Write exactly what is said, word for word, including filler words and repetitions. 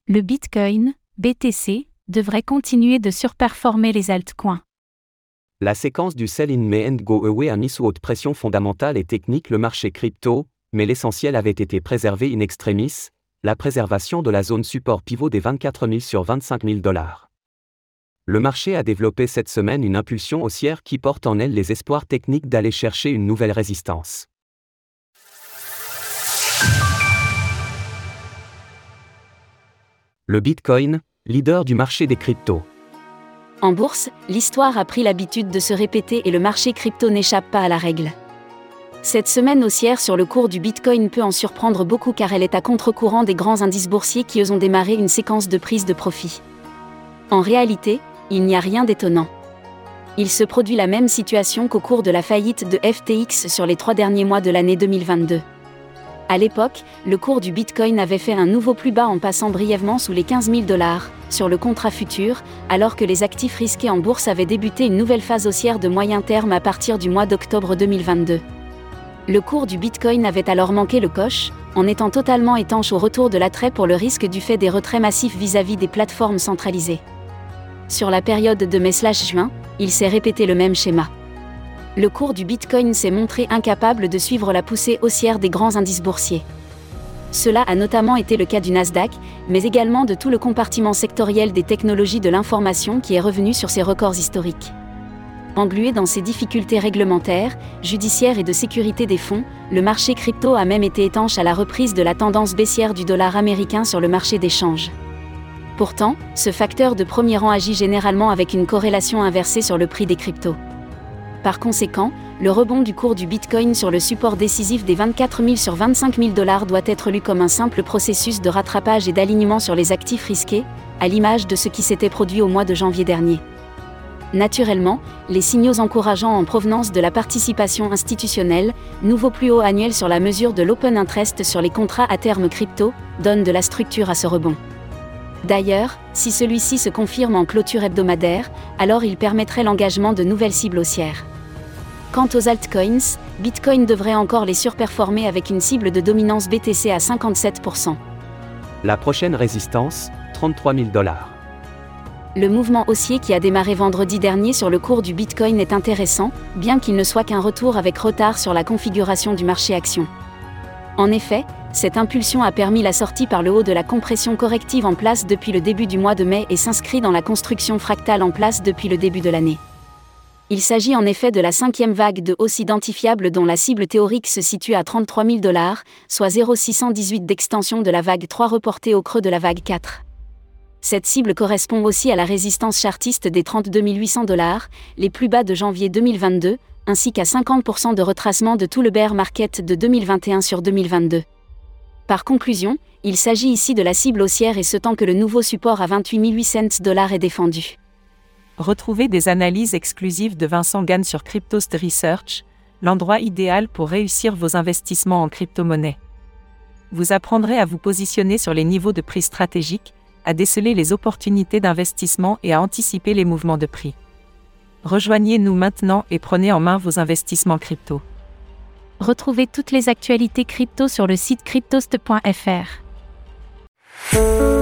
Le Bitcoin, B T C, devrait continuer de surperformer les altcoins. La séquence du sell in May and go away a mis sous haute pression fondamentale et technique le marché crypto, mais l'essentiel avait été préservé in extremis, la préservation de la zone support pivot des vingt-quatre mille sur vingt-cinq mille dollars. Le marché a développé cette semaine une impulsion haussière qui porte en elle les espoirs techniques d'aller chercher une nouvelle résistance. Le Bitcoin, leader du marché des cryptos. En bourse, l'histoire a pris l'habitude de se répéter et le marché crypto n'échappe pas à la règle. Cette semaine haussière sur le cours du Bitcoin peut en surprendre beaucoup car elle est à contre-courant des grands indices boursiers qui eux ont démarré une séquence de prise de profit. En réalité, il n'y a rien d'étonnant. Il se produit la même situation qu'au cours de la faillite de F T X sur les trois derniers mois de l'année deux mille vingt-deux. À l'époque, le cours du Bitcoin avait fait un nouveau plus bas en passant brièvement sous les quinze mille dollars, sur le contrat futur, alors que les actifs risqués en bourse avaient débuté une nouvelle phase haussière de moyen terme à partir du mois d'octobre deux mille vingt-deux. Le cours du Bitcoin avait alors manqué le coche, en étant totalement étanche au retour de l'attrait pour le risque du fait des retraits massifs vis-à-vis des plateformes centralisées. Sur la période de mai/juin, il s'est répété le même schéma. Le cours du Bitcoin s'est montré incapable de suivre la poussée haussière des grands indices boursiers. Cela a notamment été le cas du Nasdaq, mais également de tout le compartiment sectoriel des technologies de l'information qui est revenu sur ses records historiques. Englué dans ses difficultés réglementaires, judiciaires et de sécurité des fonds, le marché crypto a même été étanche à la reprise de la tendance baissière du dollar américain sur le marché des changes. Pourtant, ce facteur de premier rang agit généralement avec une corrélation inversée sur le prix des cryptos. Par conséquent, le rebond du cours du Bitcoin sur le support décisif des vingt-quatre mille sur vingt-cinq mille dollars doit être lu comme un simple processus de rattrapage et d'alignement sur les actifs risqués, à l'image de ce qui s'était produit au mois de janvier dernier. Naturellement, les signaux encourageants en provenance de la participation institutionnelle, nouveau plus haut annuel sur la mesure de l'open interest sur les contrats à terme crypto, donnent de la structure à ce rebond. D'ailleurs, si celui-ci se confirme en clôture hebdomadaire, alors il permettrait l'engagement de nouvelles cibles haussières. Quant aux altcoins, Bitcoin devrait encore les surperformer avec une cible de dominance B T C à cinquante-sept pour cent. La prochaine résistance, trente-trois mille dollars. Le mouvement haussier qui a démarré vendredi dernier sur le cours du Bitcoin est intéressant, bien qu'il ne soit qu'un retour avec retard sur la configuration du marché action. En effet, cette impulsion a permis la sortie par le haut de la compression corrective en place depuis le début du mois de mai et s'inscrit dans la construction fractale en place depuis le début de l'année. Il s'agit en effet de la cinquième vague de hausse identifiable dont la cible théorique se situe à trente-trois mille dollars, soit zéro virgule six cent dix-huit d'extension de la vague trois reportée au creux de la vague quatre. Cette cible correspond aussi à la résistance chartiste des trente-deux mille huit cents dollars, les plus bas de janvier deux mille vingt-deux, ainsi qu'à cinquante pour cent de retracement de tout le bear market de deux mille vingt et un sur deux mille vingt-deux. Par conclusion, il s'agit ici de la cible haussière et ce tant que le nouveau support à vingt-huit mille huit cents dollars est défendu. Retrouvez des analyses exclusives de Vincent Gann sur Cryptost Research, l'endroit idéal pour réussir vos investissements en crypto-monnaie. Vous apprendrez à vous positionner sur les niveaux de prix stratégiques, à déceler les opportunités d'investissement et à anticiper les mouvements de prix. Rejoignez-nous maintenant et prenez en main vos investissements crypto. Retrouvez toutes les actualités crypto sur le site cryptost point f r.